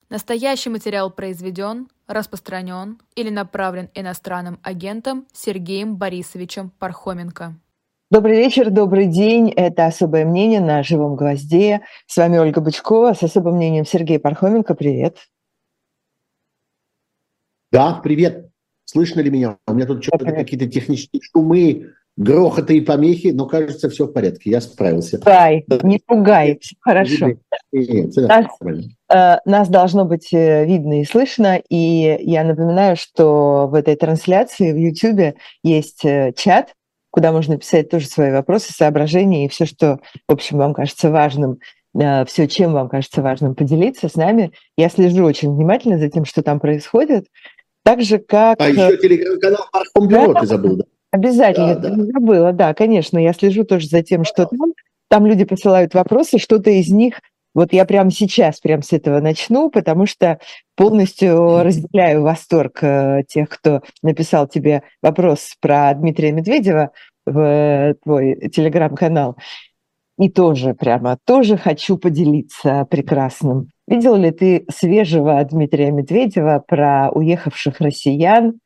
Настоящий материал произведен, распространен или направлен иностранным агентом Сергеем Борисовичем Пархоменко. Добрый вечер, добрый день. Это «Особое мнение» на «Живом гвозде». С вами Ольга Бычкова с особым мнением Сергей Пархоменко. Привет. Да, привет. Слышно ли меня? У меня тут что-то какие-то технические шумы, грохоты и помехи, но кажется, все в порядке. Я справился. Не пугай, все хорошо. Нас должно быть видно и слышно. И я напоминаю, что в этой трансляции в YouTube есть чат, куда можно писать тоже свои вопросы, соображения и все, что, в общем, вам кажется важным, все, чем вам кажется важным поделиться с нами. Я слежу очень внимательно за тем, что там происходит. Так же, как... еще телеграм-канал Пархомбюро ты забыл, да? Обязательно, да. Не забыла, да, конечно. Я слежу тоже за тем, что там люди посылают вопросы, что-то из них... Вот я прямо сейчас, прямо с этого начну, потому что полностью разделяю восторг тех, кто написал тебе вопрос про Дмитрия Медведева в твой телеграм-канал. И тоже хочу поделиться прекрасным. Видел ли ты свежего Дмитрия Медведева про уехавших россиян?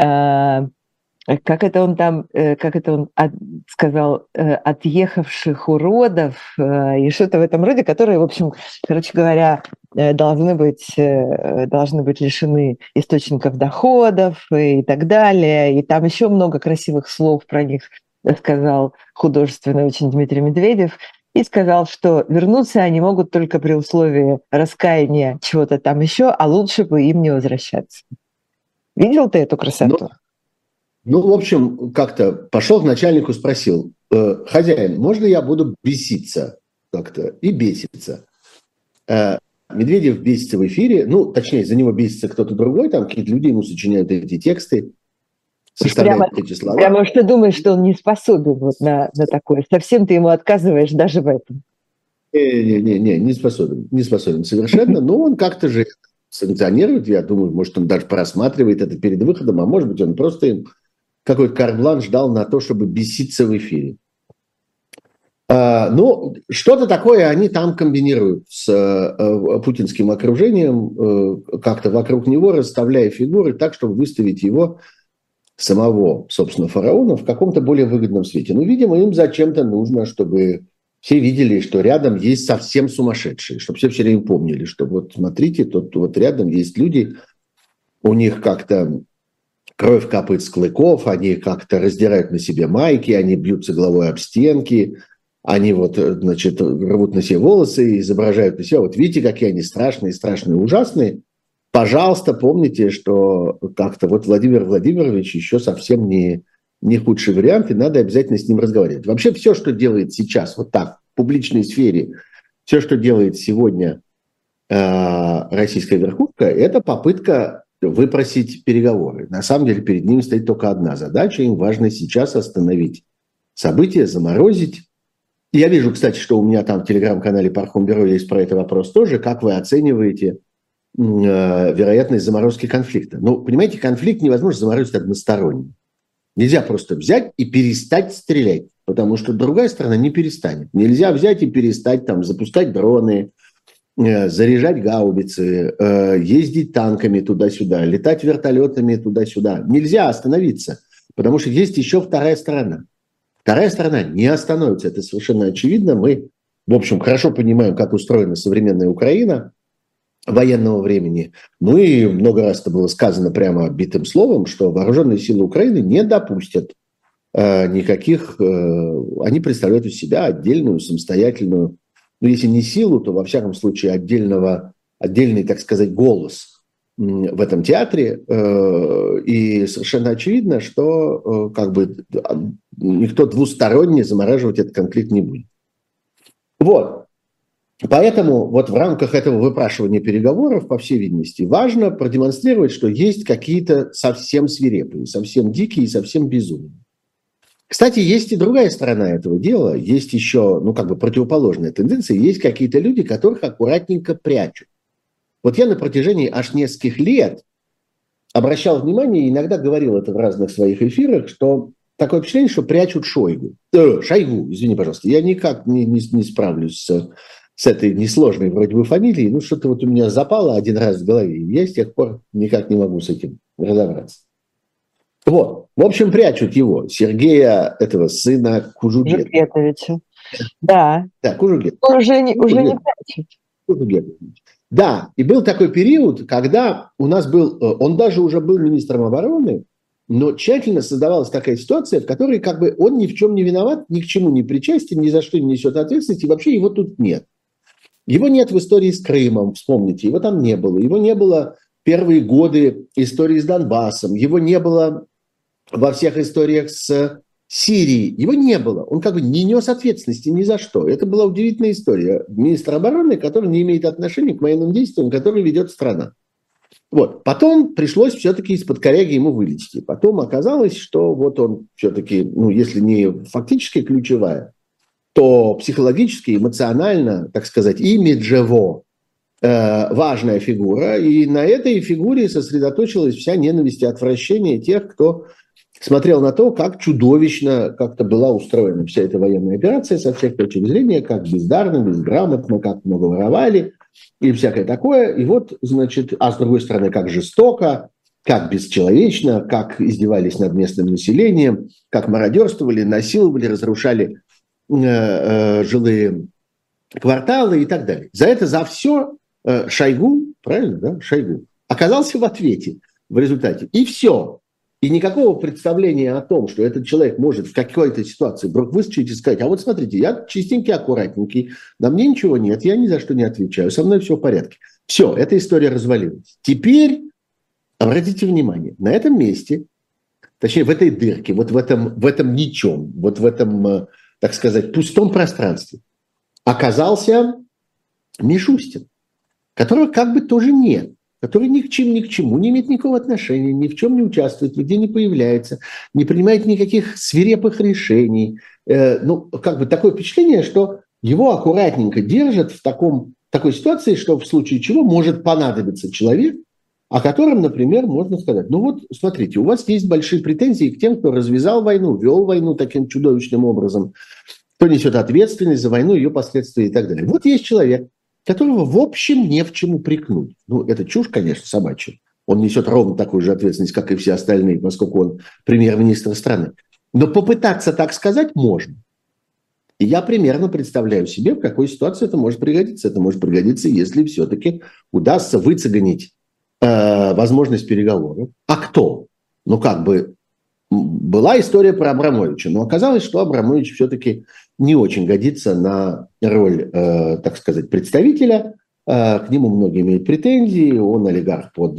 Как это он сказал, отъехавших уродов и что-то в этом роде, которые, в общем, короче говоря, должны быть лишены источников доходов и так далее. И там еще много красивых слов про них сказал художественный очень Дмитрий Медведев. И сказал, что вернуться они могут только при условии раскаяния чего-то там еще, а лучше бы им не возвращаться. Видел ты эту красоту? Ну, в общем, как-то пошел к начальнику, спросил: хозяин, можно я буду беситься как-то? И беситься. Медведев бесится в эфире, ну, точнее, за него бесится кто-то другой, там какие-то люди ему сочиняют эти тексты, составляют эти слова. Прямо что думаешь, что он не способен вот на такое? Совсем ты ему отказываешь даже в этом? Не способен совершенно, но он как-то же санкционирует, я думаю, может, он даже просматривает это перед выходом, а может быть, он просто им какой-то карт-бланш дал на то, чтобы беситься в эфире. Ну, что-то такое они там комбинируют с путинским окружением, как-то вокруг него расставляя фигуры так, чтобы выставить его, самого, собственно, фараона, в каком-то более выгодном свете. Ну, видимо, им зачем-то нужно, чтобы все видели, что рядом есть совсем сумасшедшие, чтобы все время помнили, что вот смотрите, тут вот рядом есть люди, у них как-то кровь капает с клыков, они как-то раздирают на себе майки, они бьются головой об стенки, они вот, значит, рвут на себе волосы, изображают на себя. Вот видите, какие они страшные, ужасные. Пожалуйста, помните, что как-то вот Владимир Владимирович еще совсем не худший вариант, и надо обязательно с ним разговаривать. Вообще все, что делает сейчас вот так в публичной сфере, все, что делает сегодня российская верхушка, это попытка выпросить переговоры. На самом деле перед ними стоит только одна задача. Им важно сейчас остановить события, заморозить. Я вижу, кстати, что у меня там в телеграм-канале Пархомбюро есть про это вопрос тоже. Как вы оцениваете вероятность заморозки конфликта? Ну, понимаете, конфликт невозможно заморозить односторонне. Нельзя просто взять и перестать стрелять, потому что другая сторона не перестанет. Нельзя взять и перестать там запускать дроны, заряжать гаубицы, ездить танками туда-сюда, летать вертолетами туда-сюда. Нельзя остановиться, потому что есть еще вторая сторона. Вторая сторона не остановится, это совершенно очевидно. Мы, в общем, хорошо понимаем, как устроена современная Украина военного времени. Ну и много раз это было сказано прямо битым словом, что вооруженные силы Украины не допустят никаких... Они представляют из себя отдельную, самостоятельную, ну, если не силу, то, во всяком случае, отдельный, так сказать, голос в этом театре. И совершенно очевидно, что как бы никто двусторонне замораживать этот конфликт не будет. Вот. Поэтому вот в рамках этого выпрашивания переговоров, по всей видимости, важно продемонстрировать, что есть какие-то совсем свирепые, совсем дикие, совсем безумные. Кстати, есть и другая сторона этого дела, есть еще, ну, как бы противоположная тенденция, есть какие-то люди, которых аккуратненько прячут. Вот я на протяжении аж нескольких лет обращал внимание, и иногда говорил это в разных своих эфирах, что такое впечатление, что прячут Шойгу. Шойгу, извини, пожалуйста, я никак не справлюсь с с этой несложной вроде бы фамилией, ну, что-то вот у меня запало один раз в голове, и я с тех пор никак не могу с этим разобраться. Вот. В общем, прячут его, Сергея, этого сына Кужугетовича. Да. Да, Кужугет. Уже не прячут. Кужугетович. Да, и был такой период, когда у нас был, он даже уже был министром обороны, но тщательно создавалась такая ситуация, в которой как бы он ни в чем не виноват, ни к чему не причастен, ни за что не несет ответственности, и вообще его тут нет. Его нет в истории с Крымом, вспомните, его там не было. Его не было первые годы истории с Донбассом, его не было во всех историях с Сирией. Его не было. Он как бы не нес ответственности ни за что. Это была удивительная история министра обороны, который не имеет отношения к военным действиям, которые ведет страна. Вот. Потом пришлось все-таки из-под коряги ему вылезти. Потом оказалось, что вот он все-таки, ну, если не фактически ключевая, то психологически, эмоционально, так сказать, имиджево важная фигура. И на этой фигуре сосредоточилась вся ненависть и отвращение тех, кто смотрел на то, как чудовищно как-то была устроена вся эта военная операция со всех точек зрения, как бездарно, безграмотно, как много воровали и всякое такое. И вот, значит, а с другой стороны, как жестоко, как бесчеловечно, как издевались над местным населением, как мародерствовали, насиловали, разрушали жилые кварталы и так далее. За все Шойгу, правильно, да, Шойгу, оказался в ответе в результате. И все. И никакого представления о том, что этот человек может в какой-то ситуации вдруг выскочить и сказать: а вот смотрите, я чистенький, аккуратненький, на мне ничего нет, я ни за что не отвечаю, со мной все в порядке. Все, эта история развалилась. Теперь обратите внимание, на этом месте, точнее в этой дырке, вот в этом ничем, вот в этом, так сказать, пустом пространстве оказался Мишустин, которого как бы тоже нет, который ни к чему не имеет никакого отношения, ни в чем не участвует, нигде не появляется, не принимает никаких свирепых решений. Ну, как бы такое впечатление, что его аккуратненько держат в такой ситуации, что в случае чего может понадобиться человек, о котором, например, можно сказать: ну вот, смотрите, у вас есть большие претензии к тем, кто развязал войну, вел войну таким чудовищным образом, кто несет ответственность за войну, ее последствия и так далее. Вот есть человек, которого, в общем, не в чем упрекнуть. Ну, это чушь, конечно, собачья. Он несет ровно такую же ответственность, как и все остальные, поскольку он премьер-министр страны. Но попытаться так сказать можно. И я примерно представляю себе, в какой ситуации это может пригодиться. Это может пригодиться, если все-таки удастся выцегонить возможность переговоров. А кто? Ну, как бы была история про Абрамовича, но оказалось, что Абрамович все-таки не очень годится на роль, так сказать, представителя. К нему многие имеют претензии, он олигарх под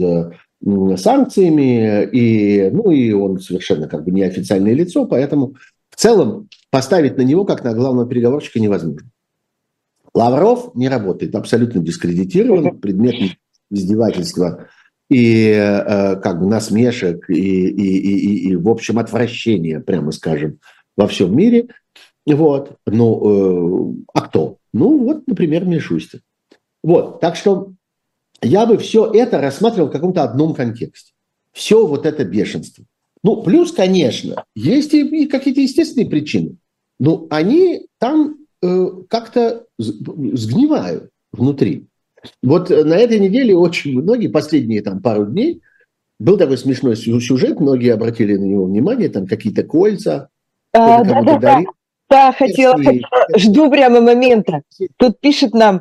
санкциями, и он совершенно как бы неофициальное лицо, поэтому в целом поставить на него как на главного переговорщика невозможно. Лавров не работает, абсолютно дискредитирован, предмет издевательства и как бы насмешек, и в общем, отвращения, прямо скажем, во всем мире. Вот. Ну, а кто? Ну, вот, например, Мишустин. Вот. Так что я бы все это рассматривал в каком-то одном контексте. Все вот это бешенство. Ну, плюс, конечно, есть и какие-то естественные причины. Но они там как-то сгнивают внутри. Вот на этой неделе очень многие, последние там пару дней, был такой смешной сюжет, многие обратили на него внимание, там какие-то кольца. Да, хотела. Жду прямо момента. Тут пишет нам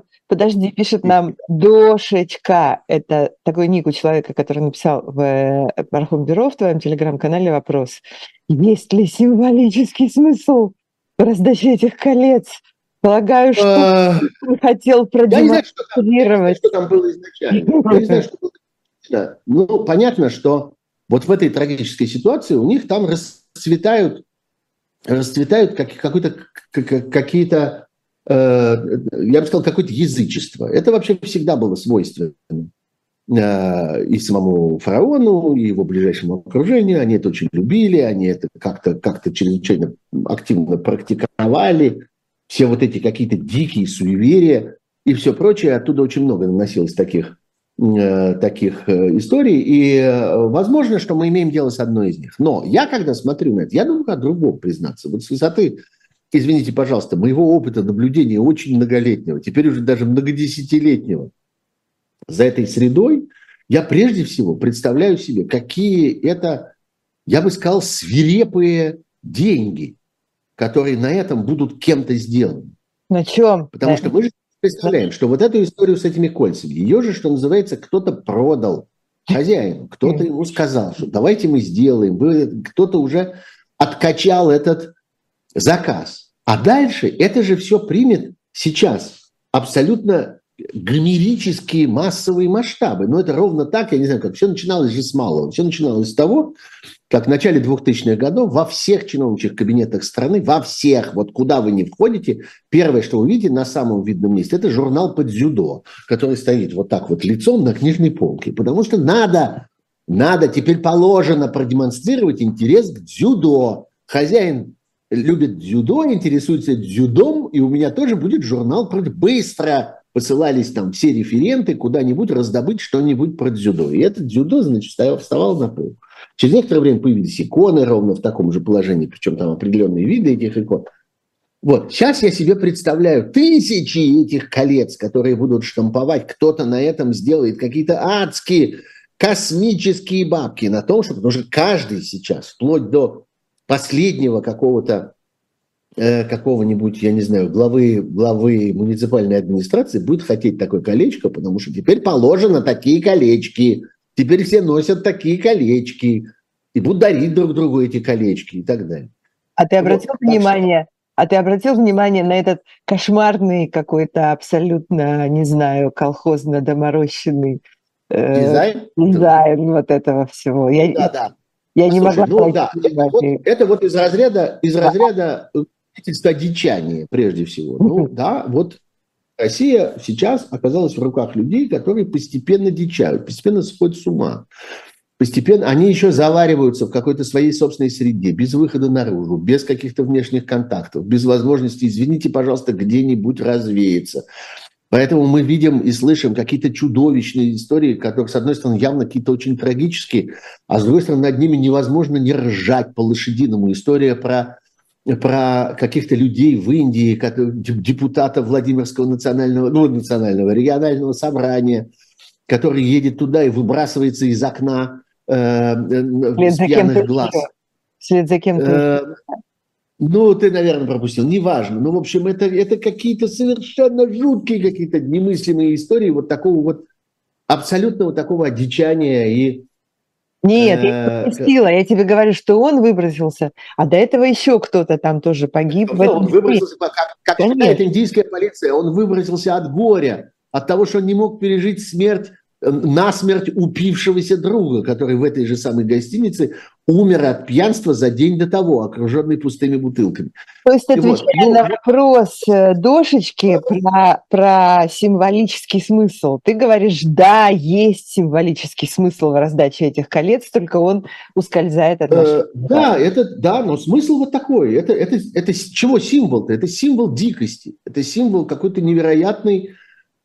Дошечка. Это такой ник у человека, который написал в Пархом-бюро в твоем телеграм-канале вопрос: есть ли символический смысл в раздаче этих колец? Полагаю, что он хотел продемонстрировать. Что там было изначально. Я не знаю, что было изначально. Ну, понятно, что вот в этой трагической ситуации у них там расцветают какие-то, я бы сказал, какое-то язычество. Это вообще всегда было свойственно и самому фараону, и его ближайшему окружению. Они это очень любили, они это как-то чрезвычайно активно практиковали. Все вот эти какие-то дикие суеверия и все прочее. Оттуда очень много наносилось таких историй. И возможно, что мы имеем дело с одной из них. Но я, когда смотрю на это, я думаю о другом, признаться. Вот с высоты извините, пожалуйста, моего опыта наблюдения очень многолетнего, теперь уже даже многодесятилетнего, за этой средой, я прежде всего представляю себе, какие это, я бы сказал, свирепые деньги, которые на этом будут кем-то сделаны. На чем? Потому что мы же представляем, что вот эту историю с этими кольцами, ее же, что называется, кто-то продал хозяину, кто-то ему сказал, что давайте мы сделаем, кто-то уже откачал этот заказ. А дальше это же все примет сейчас абсолютно гомерические массовые масштабы. Но это ровно так, я не знаю, как все начиналось же с малого. Все начиналось с того, как в начале 2000-х годов во всех чиновничьих кабинетах страны, во всех, вот куда вы не входите, первое, что вы видите на самом видном месте, это журнал по дзюдо, который стоит вот так вот лицом на книжной полке. Потому что надо, теперь положено продемонстрировать интерес к дзюдо. Хозяин любит дзюдо, интересуется дзюдом, и у меня тоже будет журнал про быстро. Посылались там все референты куда-нибудь раздобыть что-нибудь про дзюдо. И этот дзюдо, значит, вставал на пол. Через некоторое время появились иконы ровно в таком же положении, причем там определенные виды этих икон. Вот, сейчас я себе представляю тысячи этих колец, которые будут штамповать, кто-то на этом сделает какие-то адские космические бабки на том, что, потому что каждый сейчас, вплоть до последнего какого-нибудь, я не знаю, главы муниципальной администрации будет хотеть такое колечко, потому что теперь положено такие колечки, теперь все носят такие колечки и будут дарить друг другу эти колечки и так далее. А ты обратил внимание на этот кошмарный какой-то абсолютно, не знаю, колхозно-доморощенный дизайн вот этого всего? Я не могла... Это вот из разряда дичания, прежде всего. Ну да, вот Россия сейчас оказалась в руках людей, которые постепенно дичают, постепенно сходят с ума. Постепенно они еще завариваются в какой-то своей собственной среде, без выхода наружу, без каких-то внешних контактов, без возможности, извините, пожалуйста, где-нибудь развеяться. Поэтому мы видим и слышим какие-то чудовищные истории, которые, с одной стороны, явно какие-то очень трагические, а с другой стороны, над ними невозможно не ржать по-лошадиному. История про каких-то людей в Индии, депутата Владимирского регионального собрания, который едет туда и выбрасывается из окна с пьяных глаз. Вслед за кем-то. Ну, ты, наверное, пропустил, неважно. Ну, в общем, это какие-то совершенно жуткие, какие-то немыслимые истории вот такого вот абсолютного такого одичания и... Нет, я пропустила. Я тебе говорю, что он выбросился, а до этого еще кто-то там тоже погиб. Он выбросился, как считает индийская полиция, он выбросился от горя, от того, что он не мог пережить насмерть упившегося друга, который в этой же самой гостинице умер от пьянства за день до того, окруженный пустыми бутылками. То есть, отвечая на вопрос Дошечки про символический смысл, ты говоришь, да, есть символический смысл в раздаче этих колец, только он ускользает от нашего. Но смысл вот такой. Это чего символ-то? Это символ дикости. Это символ какой-то невероятной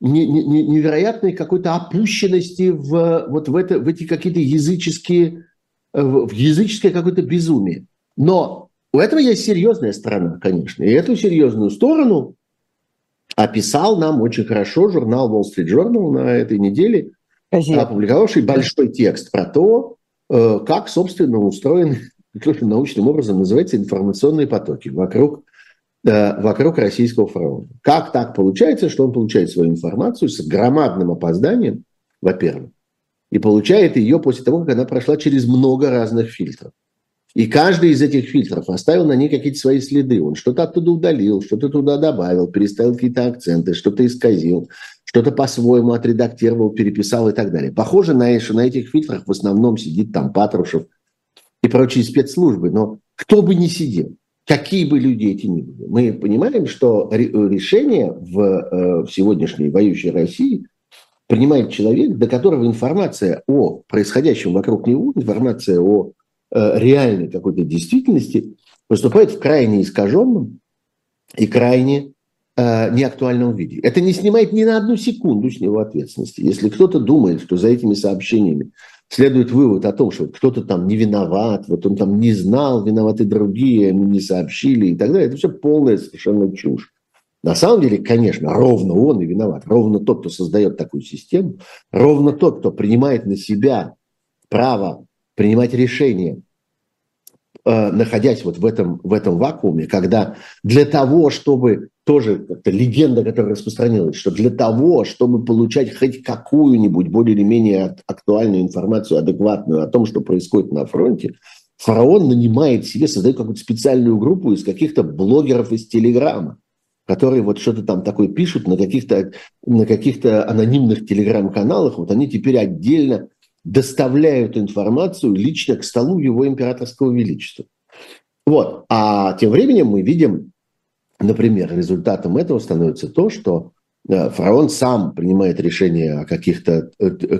какой-то опущенности в эти какие-то языческое какое-то безумие. Но у этого есть серьезная сторона, конечно. И эту серьезную сторону описал нам очень хорошо журнал Wall Street Journal на этой неделе, опубликовавший большой текст про то, как, собственно, устроены, научным образом называется, информационные потоки вокруг российского фараона. Как так получается, что он получает свою информацию с громадным опозданием, во-первых, и получает ее после того, как она прошла через много разных фильтров. И каждый из этих фильтров оставил на ней какие-то свои следы. Он что-то оттуда удалил, что-то туда добавил, переставил какие-то акценты, что-то исказил, что-то по-своему отредактировал, переписал и так далее. Похоже что на этих фильтрах в основном сидит там Патрушев и прочие спецслужбы. Но кто бы ни сидел, какие бы люди эти ни были, мы понимаем, что решение в сегодняшней воюющей России принимает человек, до которого информация о происходящем вокруг него, информация о реальной какой-то действительности поступает в крайне искаженном и крайне неактуальном виде. Это не снимает ни на одну секунду с него ответственности. Если кто-то думает, что за этими сообщениями следует вывод о том, что кто-то там не виноват, вот он там не знал, виноваты другие, ему не сообщили и так далее. Это все полная совершенно чушь. На самом деле, конечно, ровно он и виноват. Ровно тот, кто создает такую систему, ровно тот, кто принимает на себя право принимать решения, находясь вот в этом вакууме, когда для того, чтобы, тоже как-то легенда, которая распространилась, что для того, чтобы получать хоть какую-нибудь более или менее актуальную информацию, адекватную о том, что происходит на фронте, фараон нанимает себе, создает какую-то специальную группу из каких-то блогеров из Телеграма, которые вот что-то там такое пишут на каких-то анонимных телеграм-каналах, вот они теперь отдельно доставляют информацию лично к столу его императорского величества. Вот. А тем временем мы видим, например, результатом этого становится то, что фараон сам принимает решения о каких-то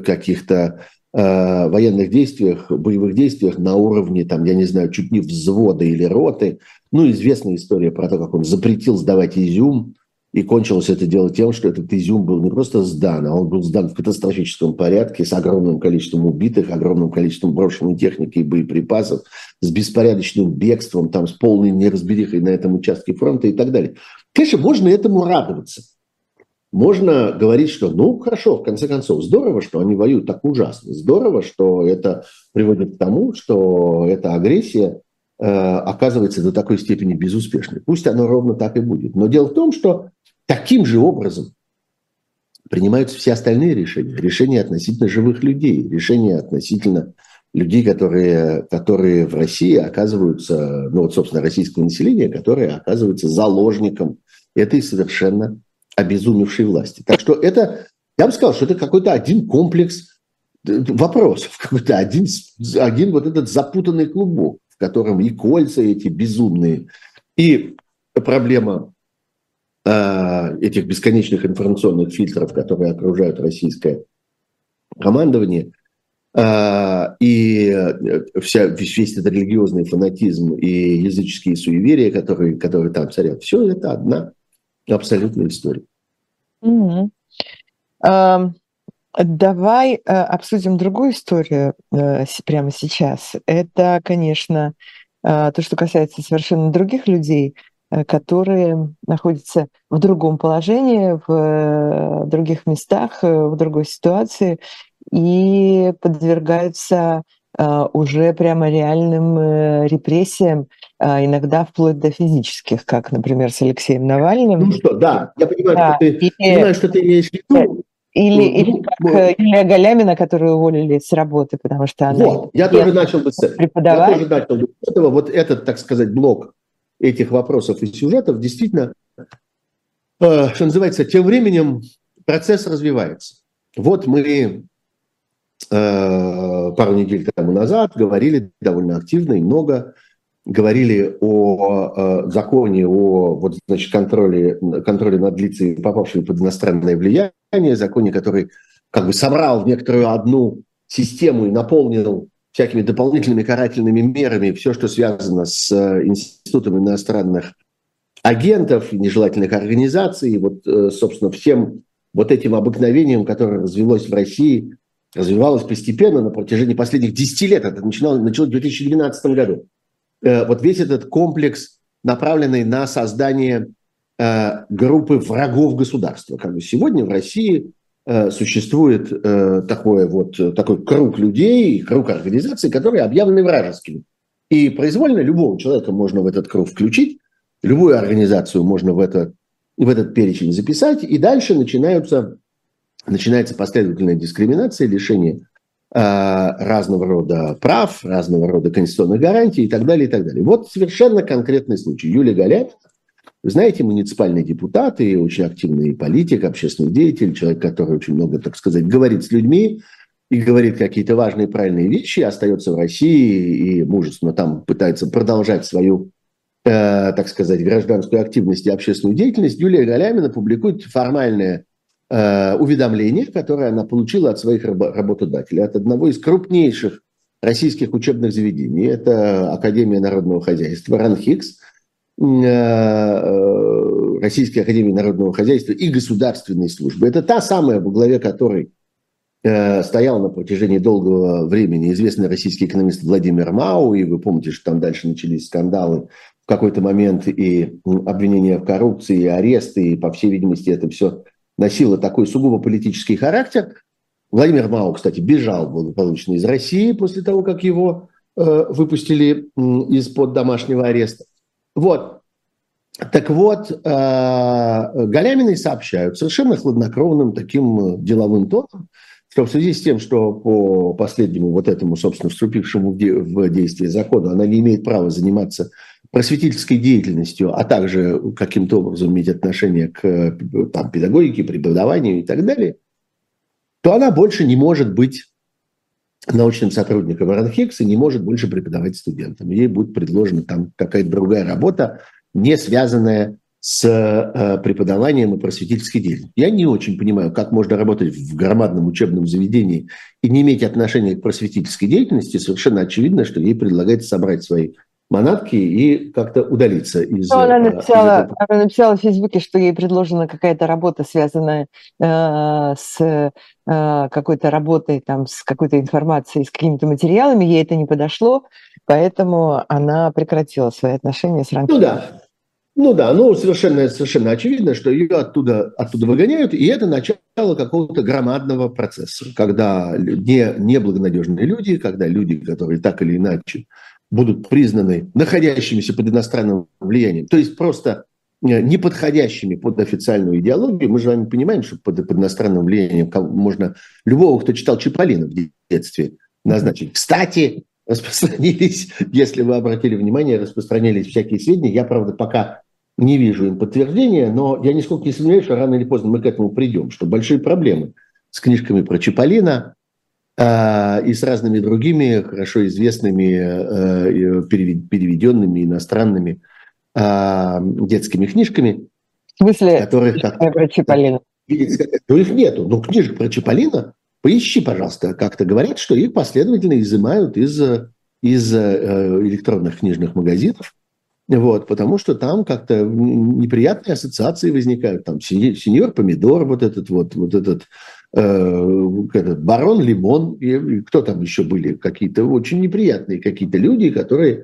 военных действиях, боевых действиях на уровне, там, я не знаю, чуть не взвода или роты. Ну, известная история про то, как он запретил сдавать изюм, и кончилось это дело тем, что этот изюм был не просто сдан, а он был сдан в катастрофическом порядке с огромным количеством убитых, огромным количеством брошенной техники и боеприпасов, с беспорядочным бегством, там, с полной неразберихой на этом участке фронта и так далее. Конечно, можно этому радоваться. Можно говорить, что, ну, хорошо, в конце концов, здорово, что они воюют так ужасно. Здорово, что это приводит к тому, что эта агрессия оказывается до такой степени безуспешной. Пусть оно ровно так и будет. Но дело в том, что таким же образом принимаются все остальные решения. Решения относительно живых людей, решения относительно людей, которые в России оказываются, ну вот, собственно, российского населения, которые оказываются заложником этой совершенно обезумевшей власти. Так что это, я бы сказал, что это какой-то один комплекс вопросов, какой-то один вот этот запутанный клубок, в котором и кольца эти безумные, и проблема этих бесконечных информационных фильтров, которые окружают российское командование, и весь этот религиозный фанатизм и языческие суеверия, которые там царят, все это одна абсолютная история. Mm-hmm. Давай обсудим другую историю прямо сейчас. Это, конечно, то, что касается совершенно других людей, которые находятся в другом положении, в других местах, в другой ситуации и подвергаются уже прямо реальным репрессиям, иногда вплоть до физических, как, например, с Алексеем Навальным. Ну что, да, я понимаю, что ты имеешь в виду. Или как Юлия Галямина, которую уволили с работы, потому что она... Вот, я тоже начал бы с этого. Вот этот, так сказать, блок этих вопросов и сюжетов действительно, что называется, тем временем процесс развивается. Вот мы пару недель тому назад говорили довольно активно и много, говорили о законе о вот, значит, контроле над лицами, попавшими под иностранное влияние, законе, который как бы собрал в некоторую одну систему и наполнил всякими дополнительными карательными мерами все, что связано с институтом иностранных агентов, нежелательных организаций, вот, собственно, всем вот этим обыкновением, которое развивалось постепенно на протяжении последних 10 лет. Это началось в 2012 году. Вот весь этот комплекс, направленный на создание группы врагов государства. Как бы сегодня в России существует такой круг людей, круг организаций, которые объявлены вражескими. И произвольно любого человека можно в этот круг включить, любую организацию можно в этот перечень записать, и дальше начинается последовательная дискриминация, лишение разного рода прав, разного рода конституционных гарантий и так далее, и так далее. Вот совершенно конкретный случай. Юлия Галямина, вы знаете, муниципальный депутат и очень активный политик, общественный деятель, человек, который очень много, так сказать, говорит с людьми и говорит какие-то важные правильные вещи, остается в России и мужественно там пытается продолжать свою, так сказать, гражданскую активность и общественную деятельность. Юлия Галямина публикует формальное уведомление, которое она получила от своих работодателей, от одного из крупнейших российских учебных заведений. Это Академия народного хозяйства, РАНХИКС, Российская академия народного хозяйства и государственной службы. Это та самая, во главе которой стоял на протяжении долгого времени известный российский экономист Владимир Мау, и вы помните, что там дальше начались скандалы, в какой-то момент и обвинения в коррупции, и аресты, и, по всей видимости, это все носило такой сугубо политический характер. Владимир Мау, кстати, бежал благополучно из России после того, как его выпустили из-под домашнего ареста. Вот. Так вот, Галямины сообщают совершенно хладнокровным таким деловым тоном, что в связи с тем, что по последнему вот этому, собственно, вступившему в действие закону, она не имеет права заниматься просветительской деятельностью, а также каким-то образом иметь отношение к там, педагогике, преподаванию и так далее, то она больше не может быть научным сотрудником РАНХИКС и не может больше преподавать студентам. Ей будет предложена там какая-то другая работа, не связанная с преподаванием и просветительской деятельностью. Я не очень понимаю, как можно работать в громадном учебном заведении и не иметь отношения к просветительской деятельности. Совершенно очевидно, что ей предлагается собрать свои манатки и как-то удалиться из... Она написала в Фейсбуке, что ей предложена какая-то работа, связанная с какой-то работой, там, с какой-то информацией, с какими-то материалами. Ей это не подошло, поэтому она прекратила свои отношения с РАНХИКСом. Совершенно очевидно, что ее оттуда выгоняют, и это начало какого-то громадного процесса, когда неблагонадежные люди, когда люди, которые так или иначе будут признаны находящимися под иностранным влиянием, то есть просто не подходящими под официальную идеологию. Мы же с вами понимаем, что под иностранным влиянием можно любого, кто читал Чиполлино в детстве, назначить. Кстати, распространились, если вы обратили внимание, распространились всякие сведения. Я, правда, пока не вижу им подтверждения, но я нисколько не сомневаюсь, что рано или поздно мы к этому придем, что большие проблемы с книжками про Чиполлино и с разными другими хорошо известными переведенными иностранными детскими книжками. В смысле, которые про Чиполлино? Ну, их нету. Но книжек про Чиполлино поищи, пожалуйста. Как-то говорят, что их последовательно изымают из электронных книжных магазинов. Вот, потому что там как-то неприятные ассоциации возникают. Там сеньор Помидор, вот этот барон Лимон, и кто там еще были? Какие-то очень неприятные какие-то люди, которые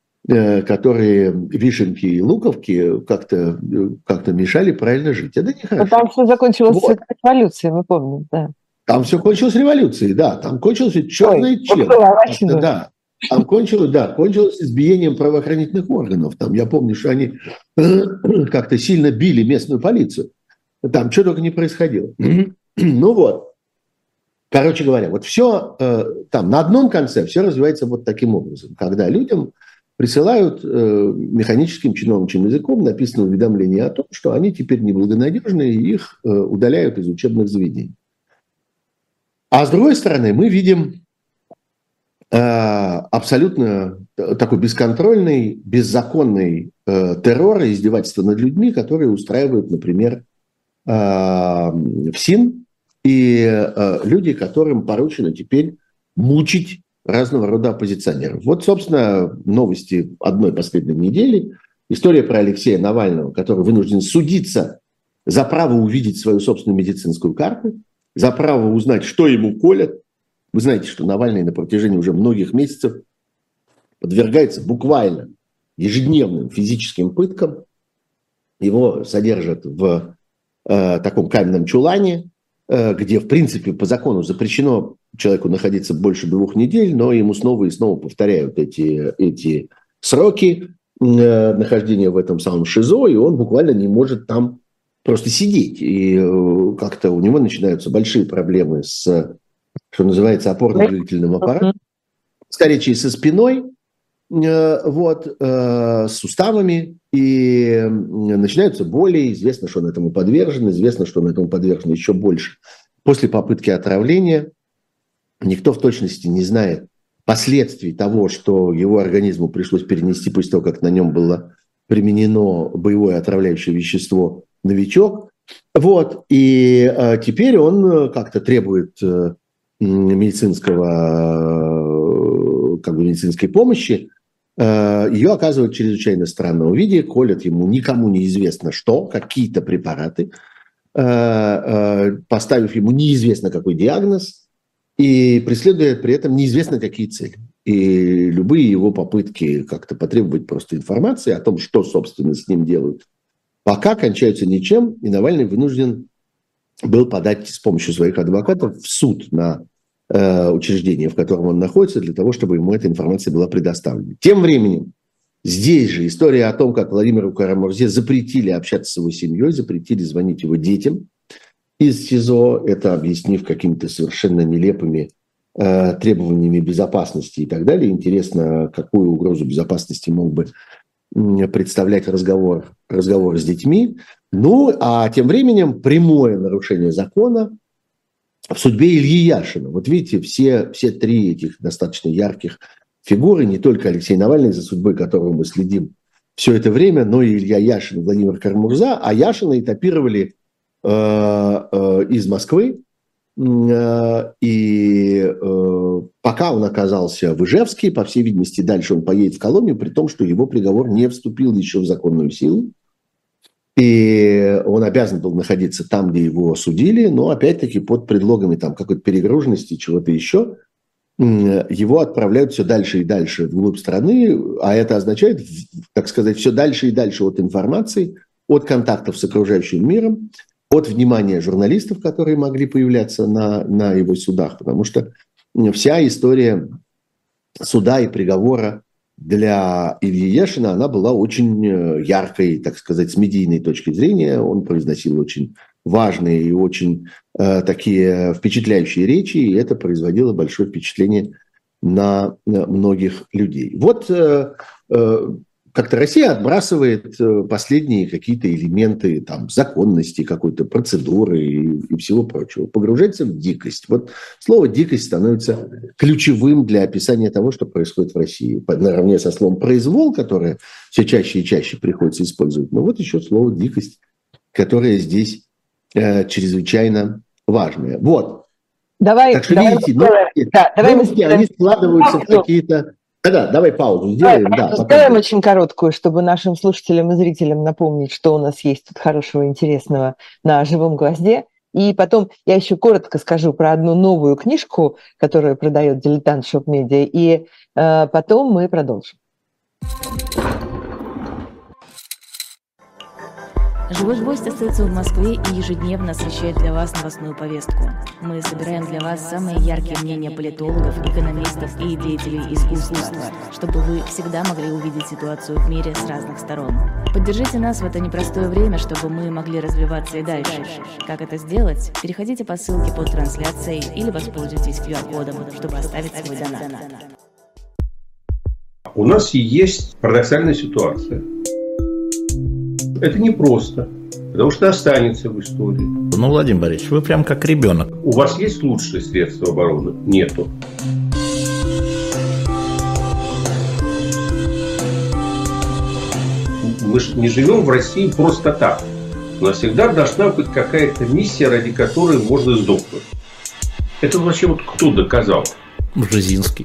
вишенки и луковки как-то мешали правильно жить. Это нехорошо. Но там все закончилось революцией, мы помним, да. Там все кончилось революцией, да. Там кончилось черное член. Да. Там кончилось избиением правоохранительных органов. Там, я помню, что они как-то сильно били местную полицию. Там что только не происходило. Ну вот. Короче говоря, вот все там на одном конце все развивается вот таким образом. Когда людям присылают механическим чиновничьим языком написанное уведомление о том, что они теперь неблагонадежны, и их удаляют из учебных заведений. А с другой стороны, мы видим абсолютно такой бесконтрольный, беззаконный террор и издевательство над людьми, которые устраивают, например, ФСИН, и люди, которым поручено теперь мучить разного рода оппозиционеров. Вот, собственно, новости одной последней недели. История про Алексея Навального, который вынужден судиться за право увидеть свою собственную медицинскую карту, за право узнать, что ему колят. Вы знаете, что Навальный на протяжении уже многих месяцев подвергается буквально ежедневным физическим пыткам. Его содержат в таком каменном чулане, где, в принципе, по закону запрещено человеку находиться больше 2 недель, но ему снова и снова повторяют эти сроки нахождения в этом самом ШИЗО, и он буквально не может там просто сидеть. И как-то у него начинаются большие проблемы с, что называется, опорно-двигательным аппаратом, скорее со спиной, с суставами, и начинаются боли. Известно, что он этому подвержен, известно, что он этому подвержен еще больше. После попытки отравления никто в точности не знает последствий того, что его организму пришлось перенести после того, как на нем было применено боевое отравляющее вещество «Новичок». Вот. И теперь он как-то требует медицинской помощи. Ее оказывают в чрезвычайно странном виде, колят ему никому неизвестно что, какие-то препараты, поставив ему неизвестно какой диагноз. и преследуя при этом неизвестно какие цели. И любые его попытки как-то потребовать просто информации о том, что, собственно, с ним делают, пока кончаются ничем, и Навальный вынужден был подать с помощью своих адвокатов в суд на учреждение, в котором он находится, для того, чтобы ему эта информация была предоставлена. Тем временем, здесь же история о том, как Владимиру Карамурзе запретили общаться с его семьей, запретили звонить его детям из СИЗО, это объяснив какими-то совершенно нелепыми требованиями безопасности и так далее. Интересно, какую угрозу безопасности мог бы представлять разговор с детьми. Ну, а тем временем прямое нарушение закона в судьбе Ильи Яшина. Вот видите, все три этих достаточно ярких фигуры, не только Алексей Навальный, за судьбой которого мы следим все это время, но и Илья Яшин, и Владимир Карамурза, а Яшина этапировали из Москвы, и пока он оказался в Ижевске, по всей видимости, дальше он поедет в Коломию, при том, что его приговор не вступил еще в законную силу. И он обязан был находиться там, где его судили, но опять-таки под предлогами там какой-то перегруженности, чего-то еще, его отправляют все дальше и дальше вглубь страны, а это означает, так сказать, все дальше и дальше от информации, от контактов с окружающим миром, от внимания журналистов, которые могли появляться на его судах, потому что вся история суда и приговора для Ильи Яшина, она была очень яркой, так сказать, с медийной точки зрения. Он произносил очень важные и очень такие впечатляющие речи, и это производило большое впечатление на многих людей. Вот как-то Россия отбрасывает последние какие-то элементы там, законности, какой-то процедуры и всего прочего. Погружается в дикость. Вот слово «дикость» становится ключевым для описания того, что происходит в России. Наравне со словом «произвол», которое все чаще и чаще приходится использовать. Но вот еще слово «дикость», которое здесь чрезвычайно важное. Вот. Так что видите, новости, они складываются в какие-то... Да, давай паузу сделаем. Сделаем очень короткую, чтобы нашим слушателям и зрителям напомнить, что у нас есть тут хорошего, интересного на «Живом гвозде». И потом я еще коротко скажу про одну новую книжку, которую продает «Дилетант Шоп Медиа», и потом мы продолжим. «Живой гвоздь» остается в Москве и ежедневно освещает для вас новостную повестку. Мы собираем для вас самые яркие мнения политологов, экономистов и деятелей искусства, чтобы вы всегда могли увидеть ситуацию в мире с разных сторон. Поддержите нас в это непростое время, чтобы мы могли развиваться и дальше. Как это сделать? Переходите по ссылке под трансляцией или воспользуйтесь QR-кодом, чтобы оставить свой донат. У нас есть парадоксальная ситуация. Это непросто, потому что останется в истории. Ну, Владимир Борисович, вы прям как ребенок. У вас есть лучшие средства обороны? Нету. Мы же не живем в России просто так. У нас всегда должна быть какая-то миссия, ради которой можно сдохнуть. Это вообще вот кто доказал? Бжезинский.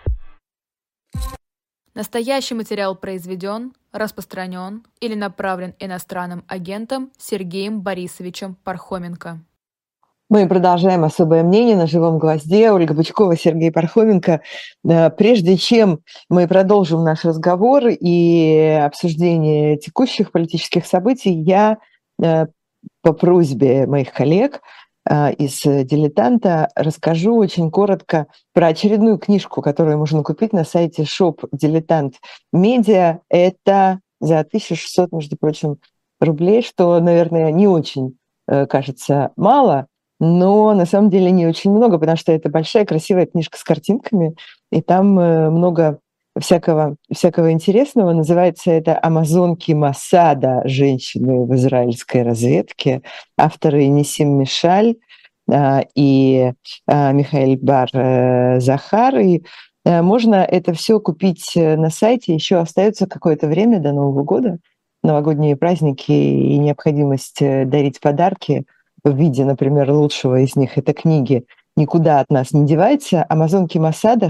Настоящий материал произведен, распространен или направлен иностранным агентом Сергеем Борисовичем Пархоменко. Мы продолжаем «Особое мнение» на «Живом гвозде». Ольга Бычкова, Сергей Пархоменко. Прежде чем мы продолжим наш разговор и обсуждение текущих политических событий, я по просьбе моих коллег из «Дилетанта» расскажу очень коротко про очередную книжку, которую можно купить на сайте Shop Дилетант Медиа. Это за 1600, между прочим, рублей, что, наверное, не очень кажется мало, но на самом деле не очень много, потому что это большая красивая книжка с картинками, и там много всякого интересного. Называется это «Амазонки Моссада. Женщины в израильской разведке». Авторы Нисим Мишаль и Михаил Бар-Захар. И можно это все купить на сайте. Еще остается какое-то время до Нового года. Новогодние праздники и необходимость дарить подарки в виде, например, лучшего из них – это книги, никуда от нас не девается. Амазонки Моссада,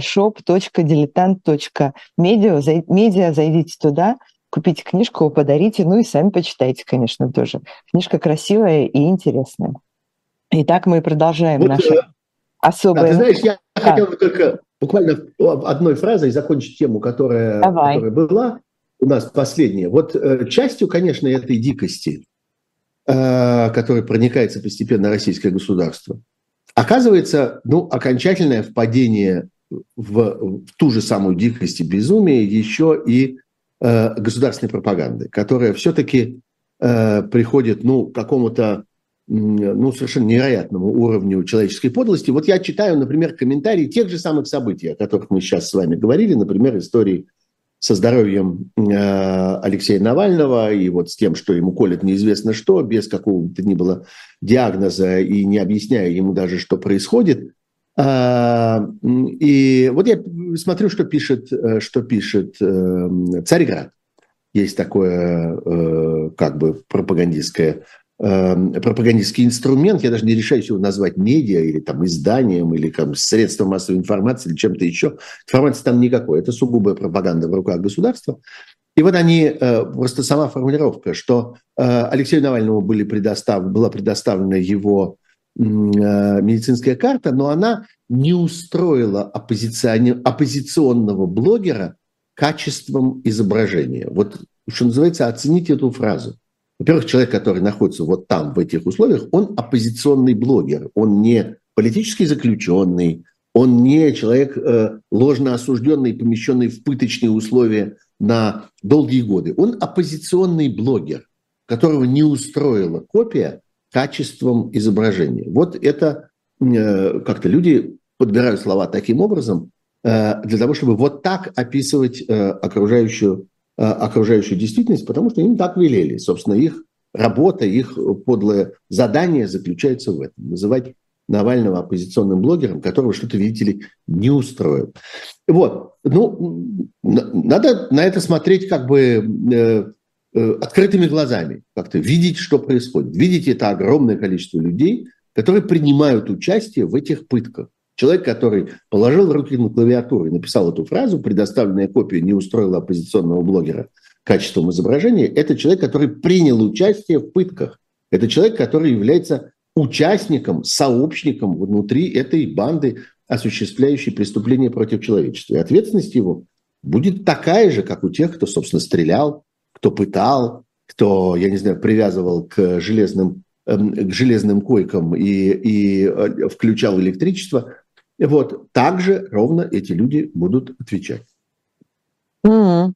shop.diletant.media. Зайдите туда, купите книжку, подарите, ну и сами почитайте, конечно, тоже. Книжка красивая и интересная. Итак, мы продолжаем вот, наше... особое. Ты знаешь, я хотел бы только буквально одной фразой закончить тему, которая была у нас последняя. Вот частью, конечно, этой дикости, которая проникается постепенно в российское государство, оказывается, окончательное впадение в ту же самую дикость и безумие еще и государственной пропаганды, которая все-таки приходит к какому-то совершенно невероятному уровню человеческой подлости. Вот я читаю, например, комментарии тех же самых событий, о которых мы сейчас с вами говорили, например, истории со здоровьем Алексея Навального и вот с тем, что ему колят неизвестно что, без какого бы то ни было диагноза и не объясняя ему даже, что происходит. И вот я смотрю, что пишет Царьград. Есть такое пропагандистский инструмент, я даже не решаюсь его назвать медиа или там изданием, или там средством массовой информации, или чем-то еще. Информации там никакой, это сугубая пропаганда в руках государства. И вот просто сама формулировка, что Алексею Навальному была предоставлена его медицинская карта, но она не устроила оппозиционного блогера качеством изображения. Вот, что называется, оцените эту фразу. Во-первых, человек, который находится вот там, в этих условиях, он оппозиционный блогер, он не политический заключенный, он не человек ложно осужденный, помещенный в пыточные условия на долгие годы. Он оппозиционный блогер, которого не устроила копия качеством изображения. Вот это как-то люди подбирают слова таким образом для того, чтобы вот так описывать окружающую действительность, потому что им так велели. Собственно, их работа, их подлое задание заключается в этом. Называть Навального оппозиционным блогером, которого что-то, видите ли, не устроит. Вот. Надо на это смотреть открытыми глазами, как-то видеть, что происходит. Видеть это огромное количество людей, которые принимают участие в этих пытках. Человек, который положил руки на клавиатуру и написал эту фразу, предоставленная копия не устроила оппозиционного блогера качеством изображения, это человек, который принял участие в пытках. Это человек, который является участником, сообщником внутри этой банды, осуществляющей преступления против человечества. И ответственность его будет такая же, как у тех, кто, собственно, стрелял, кто пытал, кто, я не знаю, привязывал к железным койкам и включал электричество. Вот также ровно эти люди будут отвечать. И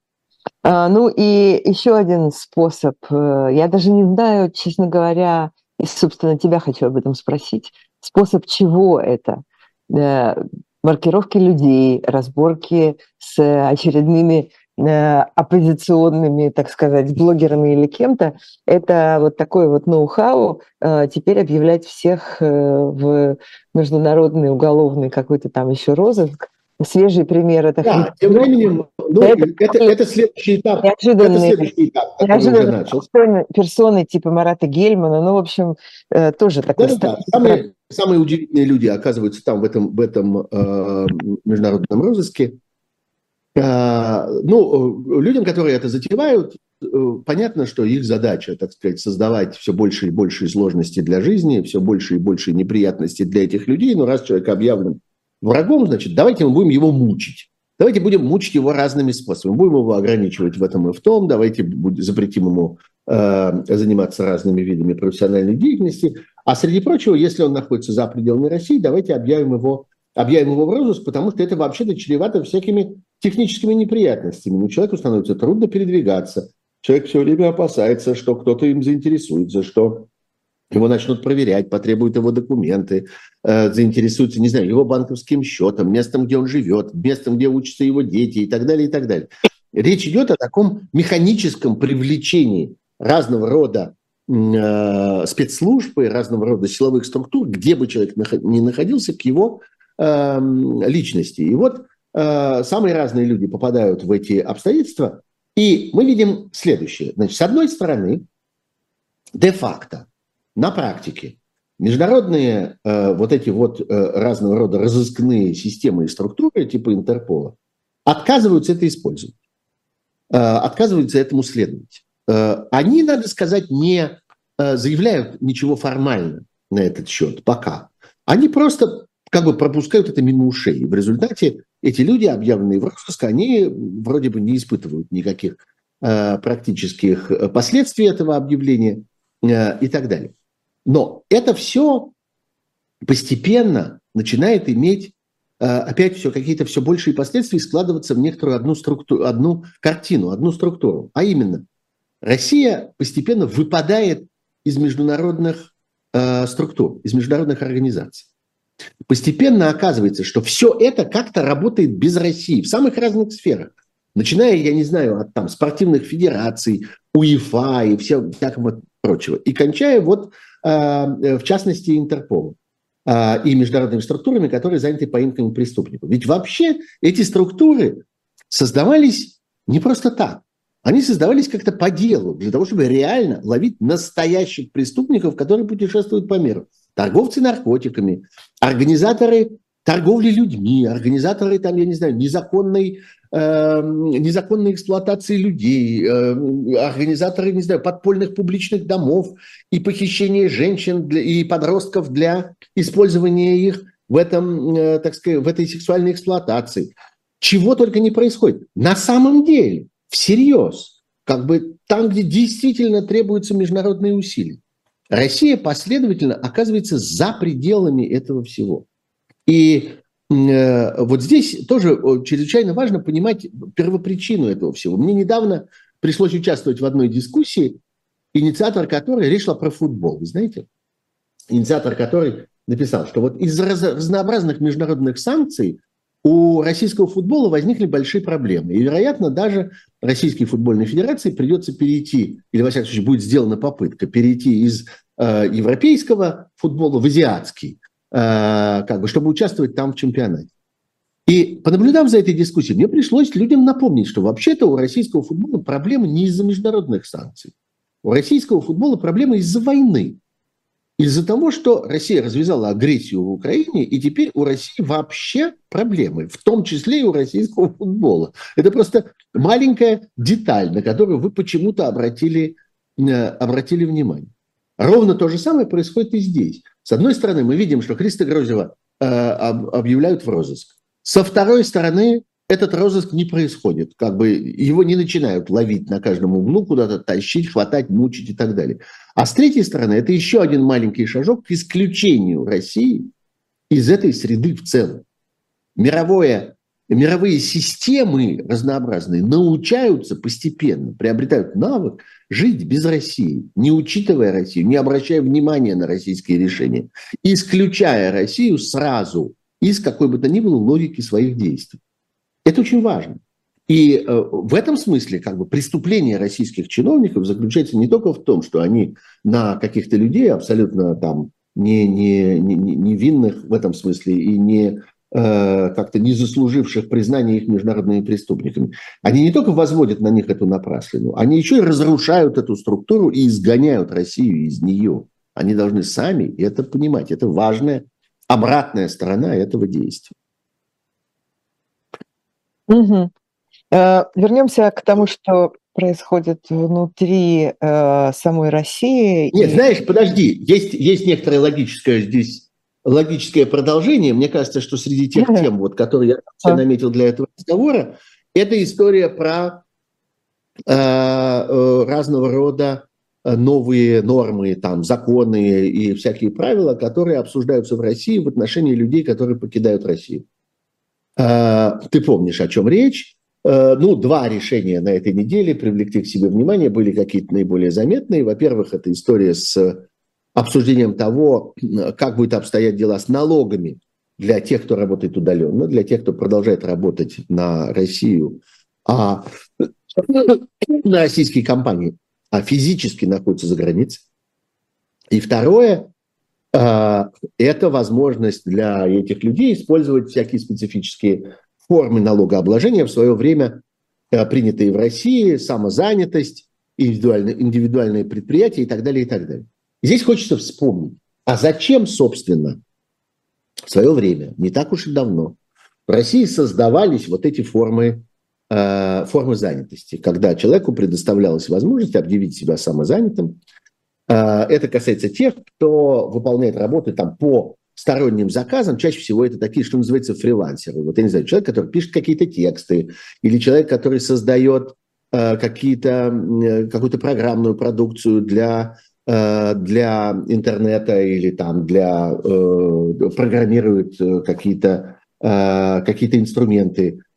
еще один способ. Я даже не знаю, честно говоря, и, собственно, тебя хочу об этом спросить. Способ чего это? Маркировки людей, разборки с очередными оппозиционными, так сказать, блогерами или кем-то, это вот такой вот ноу-хау теперь объявлять всех в международный уголовный какой-то там еще розыск. Свежий пример это... Да, тем временем, это следующий этап. Неожиданно персоны типа Марата Гельмана, в общем, тоже такой... Самые удивительные люди оказываются там в этом международном розыске. Людям, которые это затевают, понятно, что их задача, так сказать, создавать все больше и больше сложностей для жизни, все больше и больше неприятностей для этих людей. Но раз человек объявлен врагом, значит, давайте мы будем его мучить. Давайте будем мучить его разными способами. Будем его ограничивать в этом и в том. Давайте запретим ему заниматься разными видами профессиональной деятельности. А среди прочего, если он находится за пределами России, давайте объявим его в розыск, потому что это вообще-то чревато всякими техническими неприятностями. Человеку становится трудно передвигаться. Человек все время опасается, что кто-то им заинтересуется, что его начнут проверять, потребуют его документы, заинтересуются, не знаю, его банковским счетом, местом, где он живет, местом, где учатся его дети и так далее, и так далее. Речь идет о таком механическом привлечении разного рода спецслужб и разного рода силовых структур, где бы человек ни находился, к его личности. И вот самые разные люди попадают в эти обстоятельства, и мы видим следующее. Значит, с одной стороны, де-факто, на практике, международные разного рода разыскные системы и структуры типа Интерпола отказываются это использовать, отказываются этому следовать. Они, надо сказать, не заявляют ничего формально на этот счет пока. Они просто как бы пропускают это мимо ушей. И в результате эти люди, объявленные в розыск, они вроде бы не испытывают никаких практических последствий этого объявления и так далее. Но это все постепенно начинает иметь опять все какие-то все большие последствия и складываться в некоторую одну картину, одну структуру. А именно, Россия постепенно выпадает из международных структур, из международных организаций. Постепенно оказывается, что все это как-то работает без России в самых разных сферах. Начиная, я не знаю, от там, спортивных федераций, УЕФА и всякого прочего. И кончая вот, в частности, Интерполом и международными структурами, которые заняты поимками преступников. Ведь вообще эти структуры создавались не просто так. Они создавались как-то по делу, для того, чтобы реально ловить настоящих преступников, которые путешествуют по миру. Торговцы наркотиками, организаторы торговли людьми, организаторы, там, я не знаю, незаконной эксплуатации людей, организаторы, не знаю, подпольных публичных домов и похищения женщин и подростков для использования их в этом, так сказать, в этой сексуальной эксплуатации. Чего только не происходит. На самом деле, всерьез, как бы там, где действительно требуются международные усилия, Россия последовательно оказывается за пределами этого всего. И вот здесь тоже чрезвычайно важно понимать первопричину этого всего. Мне недавно пришлось участвовать в одной дискуссии, инициатор которой речь шла про футбол. Вы знаете? Инициатор которой написал, что вот из-за разнообразных международных санкций у российского футбола возникли большие проблемы. И, вероятно, даже Российской футбольной федерации придется перейти, или, во всяком случае, будет сделана попытка перейти из европейского футбола в азиатский, как бы, чтобы участвовать там в чемпионате. И, понаблюдав за этой дискуссией, мне пришлось людям напомнить, что вообще-то у российского футбола проблема не из-за международных санкций. У российского футбола проблема из-за войны. Из-за того, что Россия развязала агрессию в Украине, и теперь у России вообще проблемы, в том числе и у российского футбола. Это просто маленькая деталь, на которую вы почему-то обратили внимание. Ровно то же самое происходит и здесь. С одной стороны, мы видим, что Христа Грозева объявляют в розыск. Со второй стороны, этот розыск не происходит. Как бы его не начинают ловить на каждом углу, куда-то тащить, хватать, мучить и так далее. А с третьей стороны, это еще один маленький шажок к исключению России из этой среды в целом. Мировые системы разнообразные научаются постепенно, приобретают навык жить без России, не учитывая Россию, не обращая внимания на российские решения, исключая Россию сразу из какой бы то ни было логики своих действий. Это очень важно. И в этом смысле как бы преступление российских чиновников заключается не только в том, что они на каких-то людей абсолютно там невинных в этом смысле и не как-то не заслуживших признания их международными преступниками. Они не только возводят на них эту напраслину, они еще и разрушают эту структуру и изгоняют Россию из нее. Они должны сами это понимать. Это важная обратная сторона этого действия. Угу. Вернемся к тому, что происходит внутри самой России. Нет, знаешь, подожди, есть некоторое логическое продолжение. Мне кажется, что среди тех тем, вот, которые я наметил для этого разговора, это история про разного рода новые нормы, там, законы и всякие правила, которые обсуждаются в России в отношении людей, которые покидают Россию. Ты помнишь, о чем речь. Два решения на этой неделе привлекли к себе внимание, были какие-то наиболее заметные. Во-первых, это история с обсуждением того, как будет обстоять дела с налогами для тех, кто работает удаленно, для тех, кто продолжает работать на Россию, на российские компании, а физически находятся за границей. И второе, это возможность для этих людей использовать всякие специфические формы налогообложения, в свое время принятые в России, самозанятость, индивидуальные предприятия и так далее, и так далее. Здесь хочется вспомнить, а зачем, собственно, в свое время, не так уж и давно, в России создавались вот эти формы занятости, когда человеку предоставлялась возможность объявить себя самозанятым. Это касается тех, кто выполняет работы там, по сторонним заказам, чаще всего это такие, что называется, фрилансеры. Вот я не знаю, человек, который пишет какие-то тексты, или человек, который создает какую-то программную продукцию для интернета или там программирует какие-то инструменты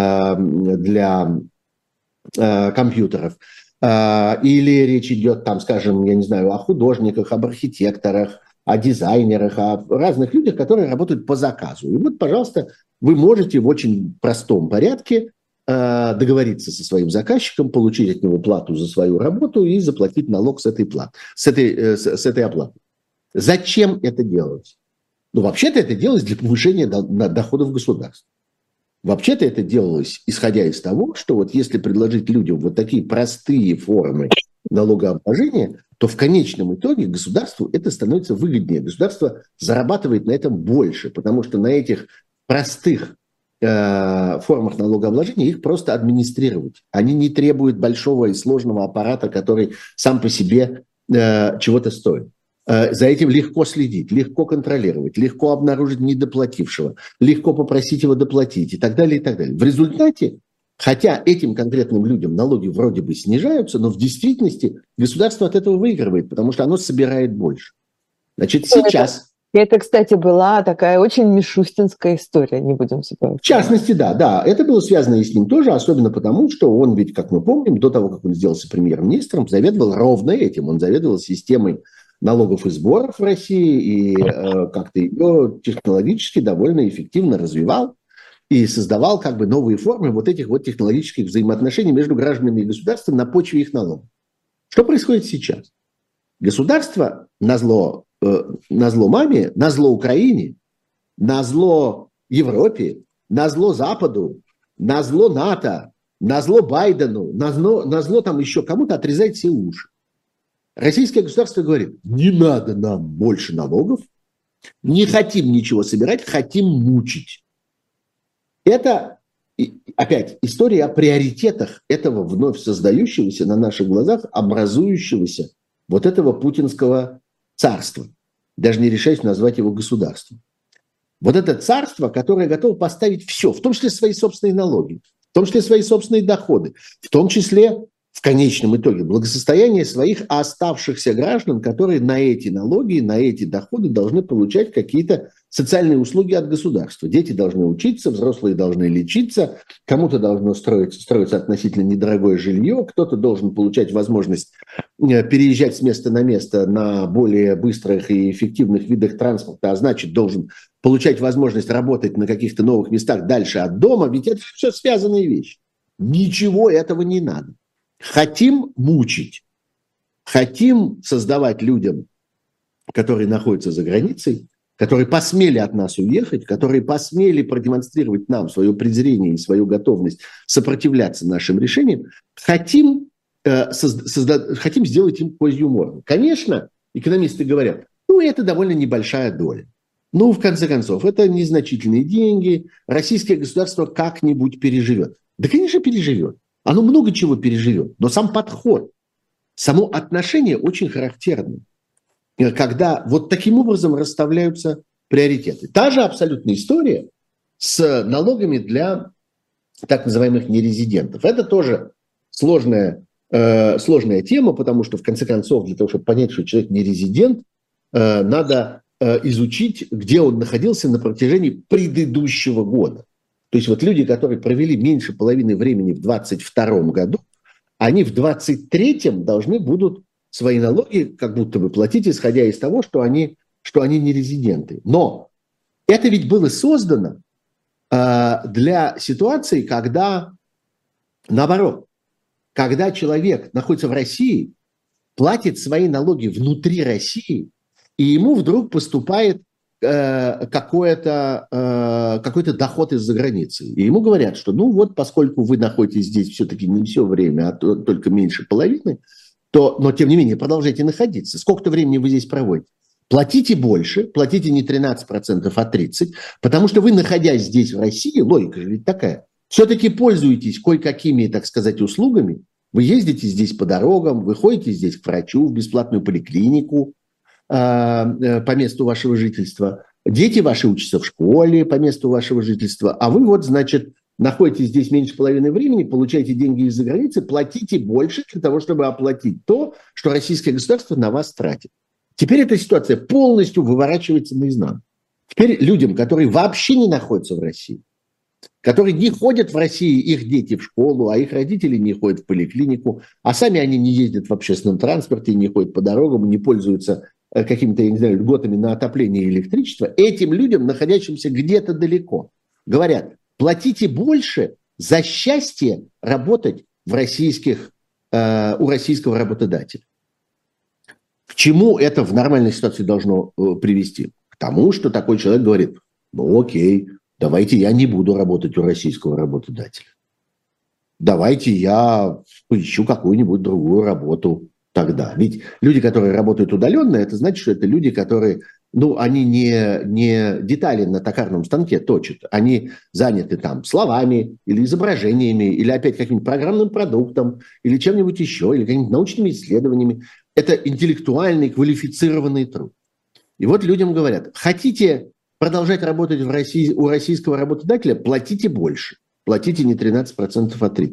для компьютеров. Или речь идет, там, скажем, я не знаю, о художниках, об архитекторах, о дизайнерах, о разных людях, которые работают по заказу. И вот, пожалуйста, вы можете в очень простом порядке договориться со своим заказчиком, получить от него плату за свою работу и заплатить налог с этой оплаты. Зачем это делать? Ну, вообще-то это делалось для повышения доходов государства. Вообще-то это делалось, исходя из того, что вот если предложить людям вот такие простые формы налогообложения, то в конечном итоге государству это становится выгоднее. Государство зарабатывает на этом больше, потому что на этих простых формах налогообложения их просто администрировать. Они не требуют большого и сложного аппарата, который сам по себе чего-то стоит. За этим легко следить, легко контролировать, легко обнаружить недоплатившего, легко попросить его доплатить и так далее, и так далее. В результате, хотя этим конкретным людям налоги вроде бы снижаются, но в действительности государство от этого выигрывает, потому что оно собирает больше. Значит, сейчас... Это, кстати, была такая очень мишустинская история, не будем забывать. В частности, да. Это было связано и с ним тоже, особенно потому, что он ведь, как мы помним, до того, как он сделался премьер-министром, заведовал ровно этим. Он заведовал системой налогов и сборов в России и как-то ее технологически довольно эффективно развивал и создавал как бы новые формы вот этих вот технологических взаимоотношений между гражданами и государством на почве их налогов. Что происходит сейчас? Государство назло маме, назло Украине, назло Европе, назло Западу, назло НАТО, назло Байдену, назло там еще кому-то отрезает все уши. Российское государство говорит, не надо нам больше налогов, не хотим ничего собирать, хотим мучить. Это, опять, история о приоритетах этого вновь создающегося на наших глазах, образующегося вот этого путинского царства. Даже не решаюсь назвать его государством. Вот это царство, которое готово поставить все, в том числе свои собственные налоги, в том числе свои собственные доходы, в том числе в конечном итоге благосостояние своих оставшихся граждан, которые на эти налоги, на эти доходы должны получать какие-то социальные услуги от государства. Дети должны учиться, взрослые должны лечиться, кому-то должно строиться относительно недорогое жилье, кто-то должен получать возможность переезжать с места на место на более быстрых и эффективных видах транспорта, а значит, должен получать возможность работать на каких-то новых местах дальше от дома, ведь это все связанные вещи. Ничего этого не надо. Хотим мучить, хотим создавать людям, которые находятся за границей, которые посмели от нас уехать, которые посмели продемонстрировать нам свое презрение и свою готовность сопротивляться нашим решениям, хотим сделать им козью морду. Конечно, экономисты говорят, это довольно небольшая доля. В конце концов, это незначительные деньги, российское государство как-нибудь переживет. Да, конечно, переживет. Оно много чего переживет, но сам подход, само отношение очень характерно, когда вот таким образом расставляются приоритеты. Та же абсолютная история с налогами для так называемых нерезидентов. Это тоже сложная тема, потому что, в конце концов, для того, чтобы понять, что человек не резидент, надо изучить, где он находился на протяжении предыдущего года. То есть вот люди, которые провели меньше половины времени в 2022 году, они в 2023 должны будут свои налоги как будто бы платить, исходя из того, что они не резиденты. Но это ведь было создано для ситуации, когда, наоборот, когда человек находится в России, платит свои налоги внутри России, и ему вдруг поступает какой-то доход из-за границы. И ему говорят, что поскольку вы находитесь здесь все-таки не все время, а только меньше половины, но тем не менее продолжайте находиться. Сколько-то времени вы здесь проводите. Платите больше, платите не 13%, а 30%, потому что вы, находясь здесь в России, логика же ведь такая, все-таки пользуетесь кое-какими, так сказать, услугами. Вы ездите здесь по дорогам, вы ходите здесь к врачу, в бесплатную поликлинику, по месту вашего жительства. Дети ваши учатся в школе по месту вашего жительства, а вы вот, значит, находитесь здесь меньше половины времени, получаете деньги из-за границы, платите больше для того, чтобы оплатить то, что российское государство на вас тратит. Теперь эта ситуация полностью выворачивается наизнанку. Теперь людям, которые вообще не находятся в России, которые не ходят в России, их дети в школу, а их родители не ходят в поликлинику, а сами они не ездят в общественном транспорте, не ходят по дорогам, не пользуются какими-то, я не знаю, льготами на отопление и электричество, этим людям, находящимся где-то далеко, говорят, платите больше за счастье работать у российского работодателя. К чему это в нормальной ситуации должно привести? К тому, что такой человек говорит, ну окей, давайте я не буду работать у российского работодателя. Давайте я поищу какую-нибудь другую работу тогда. Ведь люди, которые работают удаленно, это значит, что это люди, которые, ну, они не детали на токарном станке точат. Они заняты там словами или изображениями, или опять каким-нибудь программным продуктом, или чем-нибудь еще, или какими-нибудь научными исследованиями. Это интеллектуальный, квалифицированный труд. И вот людям говорят, хотите продолжать работать у российского работодателя, платите больше. Платите не 13%, а 30%.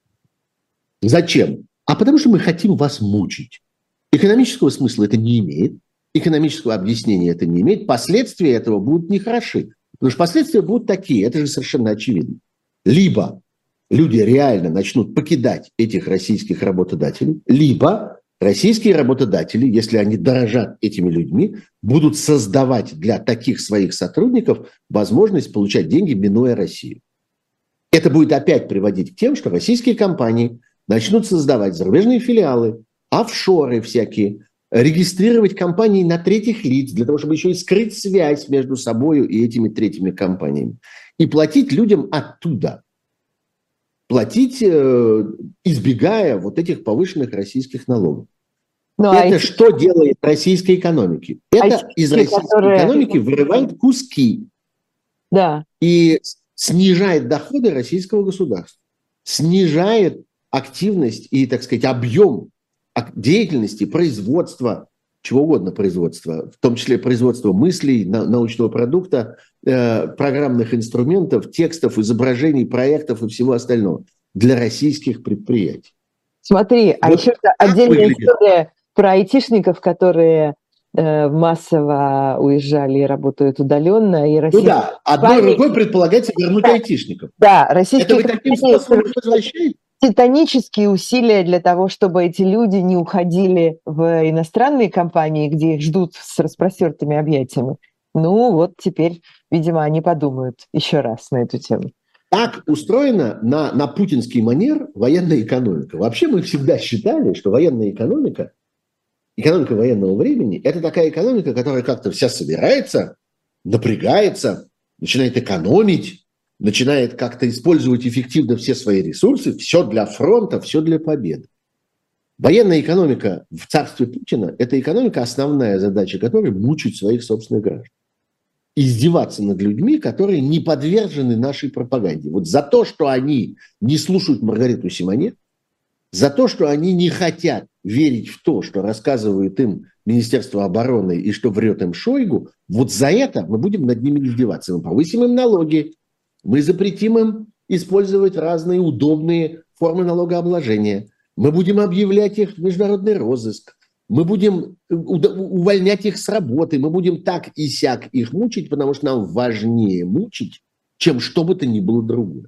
Зачем? А потому что мы хотим вас мучить. Экономического смысла это не имеет. Экономического объяснения это не имеет. Последствия этого будут нехороши. Потому что последствия будут такие, это же совершенно очевидно. Либо люди реально начнут покидать этих российских работодателей, либо российские работодатели, если они дорожат этими людьми, будут создавать для таких своих сотрудников возможность получать деньги, минуя Россию. Это будет опять приводить к тем, что российские компании начнут создавать зарубежные филиалы, офшоры всякие, регистрировать компании на третьих лиц, для того, чтобы еще и скрыть связь между собой и этими третьими компаниями. И платить людям оттуда. Платить, избегая вот этих повышенных российских налогов. Ну, это что делает российской экономике? Это из российской экономики вырывает куски. Да. И снижает доходы российского государства. Снижает активность и, так сказать, объем деятельности, производства, чего угодно производства, в том числе производства мыслей, научного продукта, программных инструментов, текстов, изображений, проектов и всего остального для российских предприятий. Смотри, вот еще отдельная история про айтишников, которые массово уезжали и работают удаленно. И ну да, одной рукой предполагается вернуть айтишников. Да, российские это вы таким способом возвращаете? Титанические усилия для того, чтобы эти люди не уходили в иностранные компании, где их ждут с распростертыми объятиями. Ну вот теперь, видимо, они подумают еще раз на эту тему. Так устроена на путинский манер военная экономика. Вообще мы всегда считали, что военная экономика военного времени – это такая экономика, которая как-то вся собирается, напрягается, начинает экономить, начинает как-то использовать эффективно все свои ресурсы, все для фронта, все для победы. Военная экономика в царстве Путина – это экономика, основная задача которой – мучить своих собственных граждан. Издеваться над людьми, которые не подвержены нашей пропаганде. Вот за то, что они не слушают Маргариту Симонян, за то, что они не хотят верить в то, что рассказывает им Министерство обороны и что врет им Шойгу, вот за это мы будем над ними издеваться. Мы повысим им налоги, мы запретим им использовать разные удобные формы налогообложения, мы будем объявлять их в международный розыск, мы будем увольнять их с работы, мы будем так и сяк их мучить, потому что нам важнее мучить, чем что бы то ни было другое.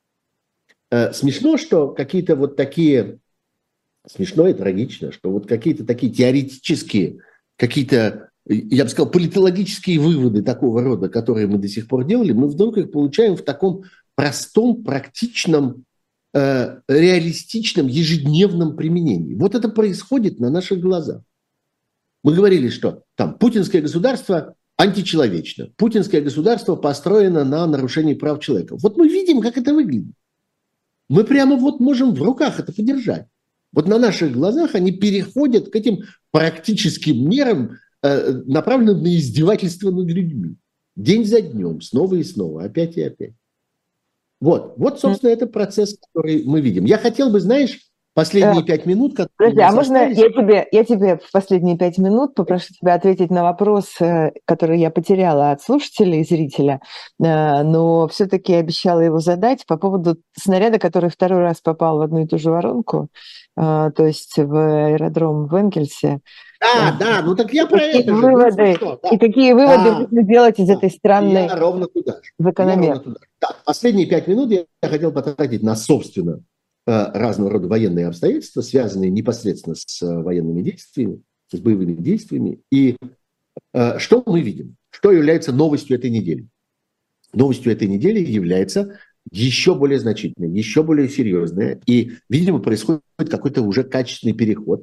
Смешно, что какие-то вот такие, смешно и трагично, что вот какие-то такие теоретические, какие-то, я бы сказал, политологические выводы такого рода, которые мы до сих пор делали, мы вдруг их получаем в таком простом, практичном, реалистичном, ежедневном применении. Вот это происходит на наших глазах. Мы говорили, что там путинское государство античеловечно, путинское государство построено на нарушении прав человека. Вот мы видим, как это выглядит. Мы прямо вот можем в руках это подержать. Вот на наших глазах они переходят к этим практическим мерам, направленным на издевательство над людьми. День за днем, снова и снова, опять и опять. Вот, собственно, это процесс, который мы видим. Я хотел бы, знаешь, Последние 5 минут, которые Подожди, у нас а можно остались... я тебе в последние 5 минут попрошу тебя ответить на вопрос, который я потеряла от слушателя и зрителя, но все-таки обещала его задать по поводу снаряда, который второй раз попал в одну и ту же воронку, то есть в аэродром в Энгельсе. Да, ну так я про это же. Выводы, и какие выводы можно делать из этой странной Я ровно туда же. закономерности? Последние 5 минут я хотел потратить на, собственно, разного рода военные обстоятельства, связанные непосредственно с военными действиями, с боевыми действиями. И что мы видим? Что является новостью этой недели? Новостью этой недели является еще более значительная, еще более серьезная. И, видимо, происходит какой-то уже качественный переход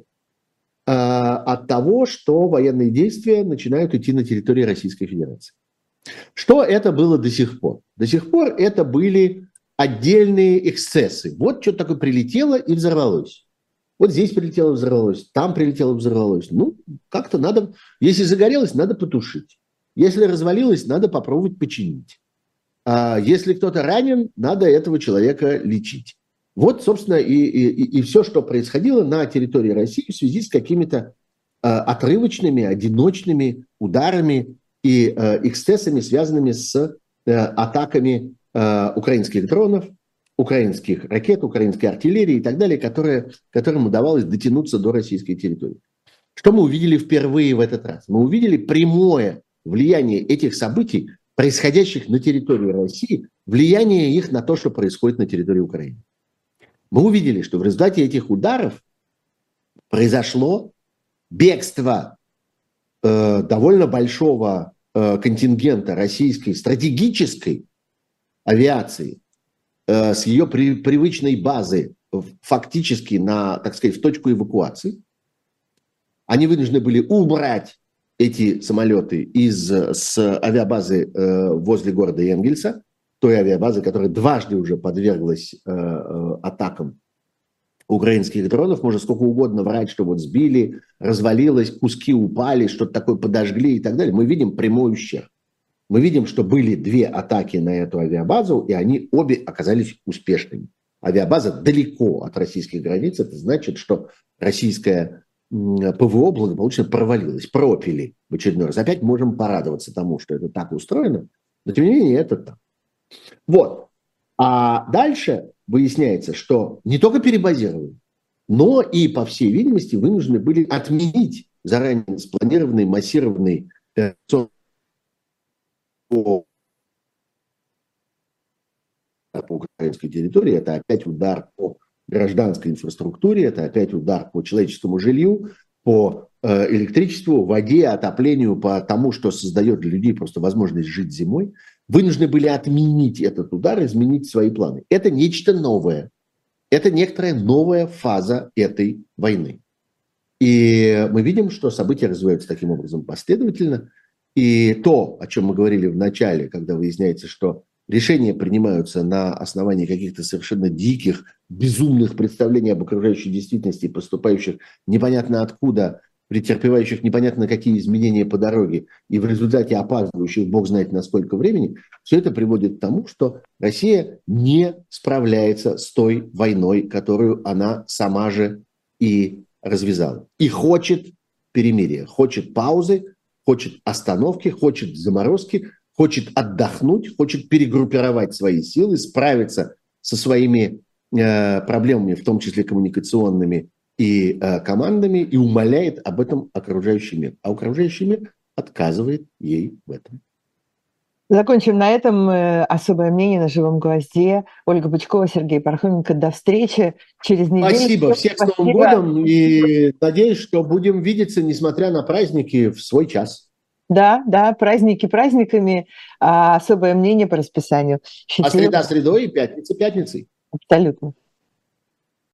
от того, что военные действия начинают идти на территории Российской Федерации. Что это было до сих пор? До сих пор это были отдельные эксцессы. Вот что-то такое прилетело и взорвалось. Вот здесь прилетело и взорвалось, там прилетело и взорвалось. Ну, как-то надо, если загорелось, надо потушить. Если развалилось, надо попробовать починить. А если кто-то ранен, надо этого человека лечить. Вот, собственно, и все, что происходило на территории России в связи с какими-то отрывочными, одиночными ударами и эксцессами, связанными с атаками украинских дронов, украинских ракет, украинской артиллерии и так далее, которым удавалось дотянуться до российской территории. Что мы увидели впервые в этот раз? Мы увидели прямое влияние этих событий, происходящих на территории России, влияние их на то, что происходит на территории Украины. Мы увидели, что в результате этих ударов произошло бегство довольно большого контингента российской стратегической авиации с ее привычной базы фактически на, так сказать, в точку эвакуации. Они вынуждены были убрать эти самолеты с авиабазы возле города Энгельса, той авиабазы, которая дважды уже подверглась атакам украинских дронов. Можно сколько угодно врать, что вот сбили, развалилось, куски упали, что-то такое подожгли и так далее. Мы видим прямой ущерб. Мы видим, что были 2 атаки на эту авиабазу, и они обе оказались успешными. Авиабаза далеко от российских границ. Это значит, что российское ПВО благополучно провалилось, пропили в очередной раз. Опять можем порадоваться тому, что это так устроено, но тем не менее это так. Вот. А дальше выясняется, что не только перебазировали, но и, по всей видимости, вынуждены были отменить заранее спланированный массированный по украинской территории. Это опять удар по гражданской инфраструктуре, это опять удар по человеческому жилью, по электричеству, воде, отоплению, по тому, что создает для людей просто возможность жить зимой. Вынуждены были отменить этот удар, изменить свои планы. Это нечто новое. Это некоторая новая фаза этой войны. И мы видим, что события развиваются таким образом последовательно. И то, о чем мы говорили в начале, когда выясняется, что решения принимаются на основании каких-то совершенно диких, безумных представлений об окружающей действительности, поступающих непонятно откуда, претерпевающих непонятно какие изменения по дороге и в результате опаздывающих бог знает на сколько времени, все это приводит к тому, что Россия не справляется с той войной, которую она сама же и развязала. И хочет перемирия, хочет паузы, хочет остановки, хочет заморозки, хочет отдохнуть, хочет перегруппировать свои силы, справиться со своими проблемами, в том числе коммуникационными и командами, и умаляет об этом окружающий мир. А окружающий мир отказывает ей в этом. Закончим на этом. Особое мнение на «Живом гвозде». Ольга Бычкова, Сергей Пархоменко. До встречи через неделю. Спасибо. Всех с Новым годом. И надеюсь, что будем видеться, несмотря на праздники, в свой час. Да, праздники праздниками, а особое мнение по расписанию. А среда средой и пятница пятницей. Абсолютно.